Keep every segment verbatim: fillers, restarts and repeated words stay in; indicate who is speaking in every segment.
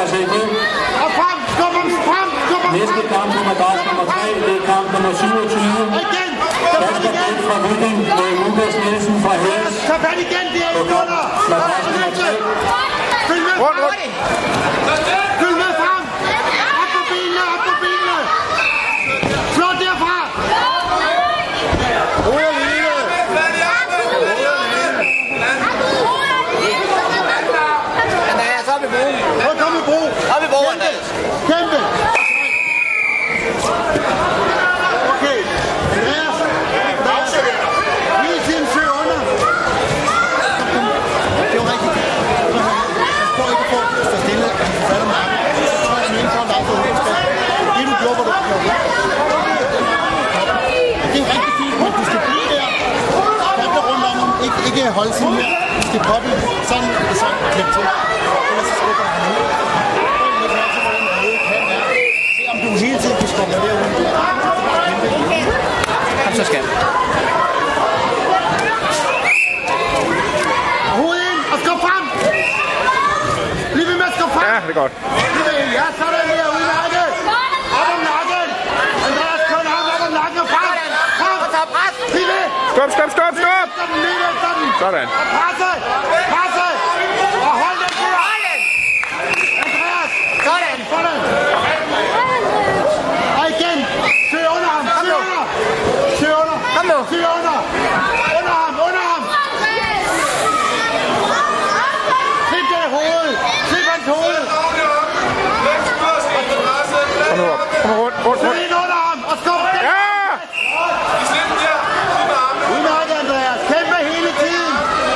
Speaker 1: se på.
Speaker 2: Og frem, skub ham frem, skub ham frem.
Speaker 1: Næste kamp på madras nummer tre, det er kamp nummer syvogtyve.
Speaker 2: Igen,
Speaker 1: Der skal ind fra Viking med Lukas Nielsen fra Hæs.
Speaker 2: tag fat igen, det er ikke under.
Speaker 1: Madras nummer tre.
Speaker 2: Følg med frem. Følg med frem. Op på benene, op på benene. Slå derfra. Rolig lille.
Speaker 3: Andreas, op i broen.
Speaker 2: Hvor kom i bro?
Speaker 3: Op i broen, Andreas.
Speaker 2: Kæmpe. Okay. Andreas. Hele tiden søg under. Det var rigtigt. Jeg prøver ikke på at stå stille. Fatter mig. Så tror jeg, at den ene får en afslutning. Det du gjorde, hvor du gjorde. Det er rigtig fint, men du skal blive der. Poppe rundt om ham. Ikke, ikke holde sådan her. Du skal poppe sådan og sådan og klemme til. Ellers så skubber han ud. Se om du hele tiden kan skubbe derude.
Speaker 3: Kom så, skal.
Speaker 2: Hovedet ind og skub frem. Bliv ved med at skubbe frem.
Speaker 4: Ja, det er godt.
Speaker 2: Bliv ved. Ja, sådan her. Ude i nakken. Op om nakken. Andreas, kun ham op om nakken og frem. Frem.
Speaker 3: Og så pres.
Speaker 2: Bliv ved.
Speaker 4: Stop, stop, stop, stop!
Speaker 2: Efter den, lidt efter den.
Speaker 4: Sådan.
Speaker 2: Og presse. Presse. Og hold den der.
Speaker 3: Hold den.
Speaker 2: Andreas.
Speaker 3: Sådan.
Speaker 2: Sådan. Og igen. Søg under ham. Søg under. Søg under.
Speaker 3: Kom nu.
Speaker 2: Søg under. Under ham. Under ham. Klip det i hovedet. Klip hans hoved.
Speaker 4: Kom nu op. Kom rundt, rundt,
Speaker 2: Søg
Speaker 4: rundt.
Speaker 2: ind under ham. Og skub den.
Speaker 4: Ja!
Speaker 2: Udmærket, Andreas. Kæmpe hele tiden.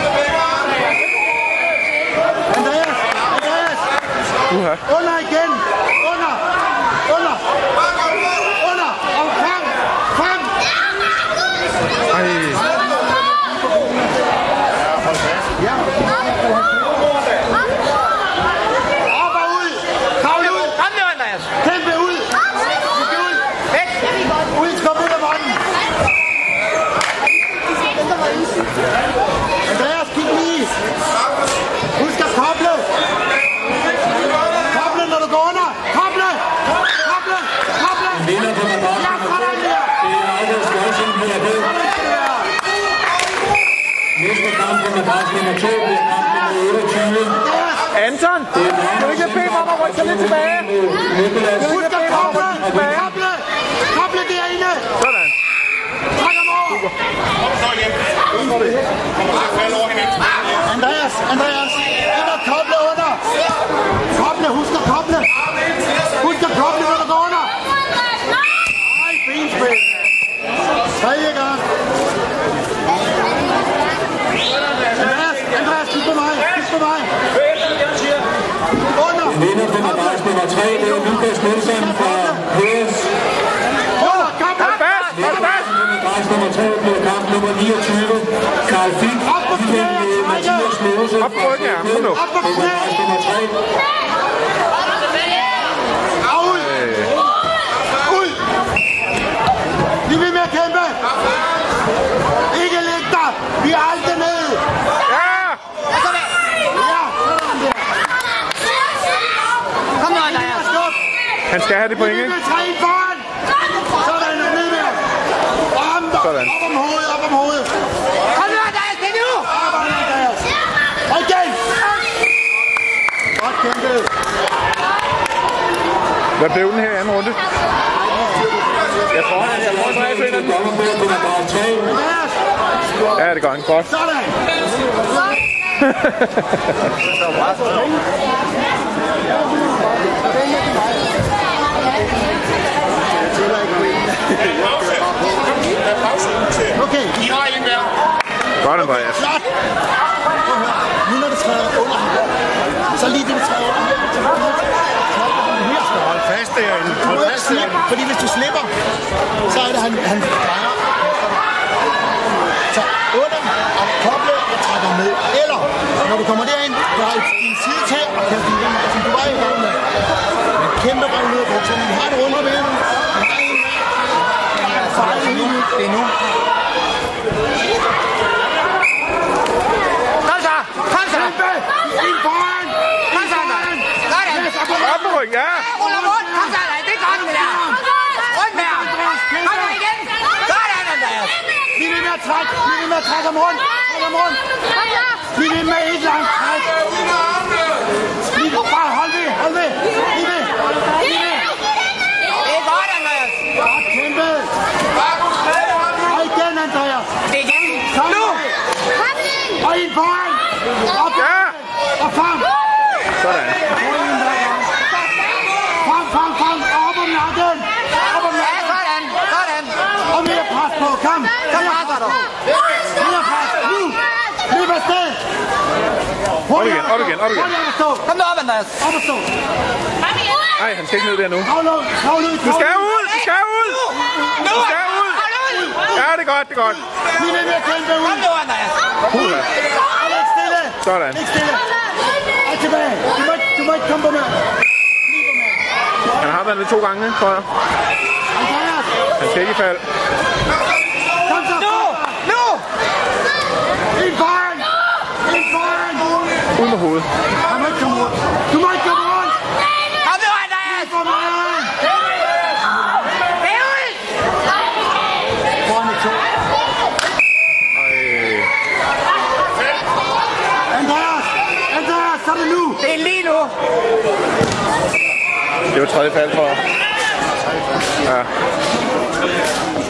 Speaker 2: Andreas. Andreas.
Speaker 4: Uha.
Speaker 2: Under igen. Under. Under. Under. Og frem. Frem.
Speaker 4: Ej.
Speaker 2: Ja. Op og ud. Kravl ud.
Speaker 3: Kom nu, Andreas.
Speaker 2: Kæmpe ud. Du skal ud.
Speaker 3: Væk.
Speaker 2: Ud. Skub ud af volden. Andreas, kig lige. Husk at koble. Koble, når du går under. Koble. Koble. Koble.
Speaker 1: Vinder på madras
Speaker 2: Ja,
Speaker 1: nummer
Speaker 2: sådan
Speaker 1: to.
Speaker 2: der.
Speaker 1: Det er August Jørgensen, vi er ved. Næste kamp på madras nummer to, det er kamp nummer otteogtyve.
Speaker 4: Anton! Kan du ikke bede mig om at rykke sig lidt tilbage?
Speaker 1: Nicolas.
Speaker 2: Husk at koble. Koble. Koble derinde.
Speaker 4: Sådan.
Speaker 2: Træk ham over. Andreas, Andreas. Ind og koble under. Koble, husk at koble. Husk at koble, når du går under. Ej, benspil. Tredje gang. Andreas, Andreas, kig på mig. Kig på mig. Under.
Speaker 1: Vinder på madras nummer tre, det er Lukas Nielsen fra Hæs.
Speaker 2: Under, koble.
Speaker 4: Hold fast! Hold fast!
Speaker 1: Madras nummer to bliver kamp nummer niogtyve. Karl Fink.
Speaker 2: Op på knæene,
Speaker 1: Mathias Mose.
Speaker 4: Op på ryggen, ja. Kom nu.
Speaker 2: Op på
Speaker 1: På madras
Speaker 2: knæene.
Speaker 1: nummer tre.
Speaker 2: Ud. Ud. Bliv ved med at kæmpe. Ikke læg dig. Vi er aldrig nede.
Speaker 4: Ja!
Speaker 2: Ja, sådan der.
Speaker 3: Kom nu, Andreas.
Speaker 2: Skub.
Speaker 4: Han skal have det point,
Speaker 2: Vi
Speaker 4: ikke?
Speaker 2: vil træne foran. Sådan, og ned der. Om,
Speaker 4: Sådan.
Speaker 2: op om hovedet, op om hovedet.
Speaker 3: Kom nu, Andreas. Det er nu.
Speaker 2: Op om Andreas. Og igen. Godt kæmpet.
Speaker 4: Hvad blev den her i anden runde? Jeg tror, jeg tror, jeg tror, jeg tror,
Speaker 1: Dommer på madras tre.
Speaker 2: Andreas.
Speaker 4: Ja, det gør han godt.
Speaker 2: Sådan. Okay.
Speaker 4: Godt, Andreas.
Speaker 2: Flot. Prøv at høre. Nu når du træder under ham, så lige det du træder under ham. Her skal holde fast derinde. Hold fast derinde. Fordi hvis du slipper, så er det, han, han drejer. Så under og koble og trækker ned. Eller når du kommer derind, du har din side til og kan blive den, som du var i gang med. Men kæmpe røv ned på tiden. Vi har et rundt med. Det er nu. Det er nu.
Speaker 3: Kom så. Kom så.
Speaker 2: Kæmpe! Ind foran!
Speaker 3: Kom så, Andreas. Sådan.
Speaker 2: Yes, op på
Speaker 4: Op på ryggen, ja.
Speaker 3: Ruller rundt. Kom så, det er godt det der. Rundt med ham. Kom så igen. Sådan, Andreas.
Speaker 2: Bliv ved med at trække. Bliv ved med at trække ham rundt. Træk ham rundt. Bliv ved med et langt træk. Bliv ved. Bare hold ved. Hold ved. Bliv ved. Bliv ved.
Speaker 3: Det er godt, Andreas.
Speaker 2: Godt kæmpet. Og igen, Andreas.
Speaker 3: Det er igen. Nu.
Speaker 2: Og ind foran. Op.
Speaker 4: Ja.
Speaker 2: Og frem.
Speaker 4: Sådan.
Speaker 2: Frem, frem, frem. Op om nakken. Op om
Speaker 3: Ja,
Speaker 2: nakken.
Speaker 3: sådan. Sådan.
Speaker 2: Og mere pres på. Kom.
Speaker 3: Så presser du.
Speaker 2: Mere pres. Nu. Løb afsted.
Speaker 4: Op igen, op igen, op igen.
Speaker 2: Hurtigt at stå.
Speaker 3: Kom nu op, Andreas.
Speaker 2: Op at stå.
Speaker 4: Nej, han skal ikke ned der nu.
Speaker 2: Kravl ud. Kravl ud.
Speaker 4: Du skal ud, du skal ud.
Speaker 3: Nu.
Speaker 4: Du skal ud.
Speaker 3: Hold ud.
Speaker 4: Ja, det er godt, det er godt.
Speaker 2: Bliv ved med at kæmpe ud.
Speaker 3: Kom nu, Andreas.
Speaker 4: Puha.
Speaker 2: Og læg stille.
Speaker 4: Sådan.
Speaker 2: Læg stille. Og tilbage. Du må ikke, du må ikke komme på mig.
Speaker 4: Han har været det to gange, tror jeg.
Speaker 2: Andreas.
Speaker 4: Han skal ikke falde.
Speaker 2: Kom så.
Speaker 3: Nu. Nu.
Speaker 2: Ind foran. Ind foran.
Speaker 4: Ud med hovedet.
Speaker 2: Han må ikke komme rundt. Du må ikke komme rundt.
Speaker 3: Kom nu, Andreas.
Speaker 2: For mig.
Speaker 3: Det er ud.
Speaker 2: Foran i to.
Speaker 4: Ej.
Speaker 2: Andreas. Andreas, så er det nu.
Speaker 3: Det er lige nu.
Speaker 4: Det var tredje fald for. Ja.